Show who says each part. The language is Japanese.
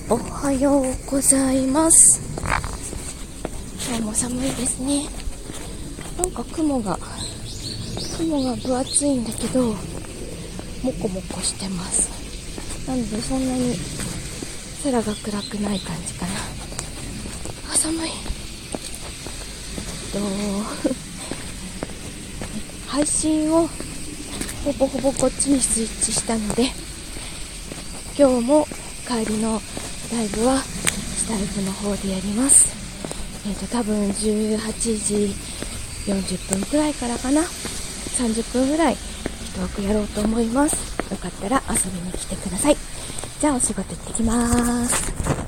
Speaker 1: おはようございます。今日も寒いですね。なんか雲が分厚いんだけどもこもこしてます。なのでそんなに空が暗くない感じかな。寒い。配信をほぼこっちにスイッチしたので、今日も帰りのライブはスタイフの方でやります。多分18時40分くらいからかな。30分ぐらい一枠やろうと思います。よかったら遊びに来てください。じゃあお仕事行ってきます。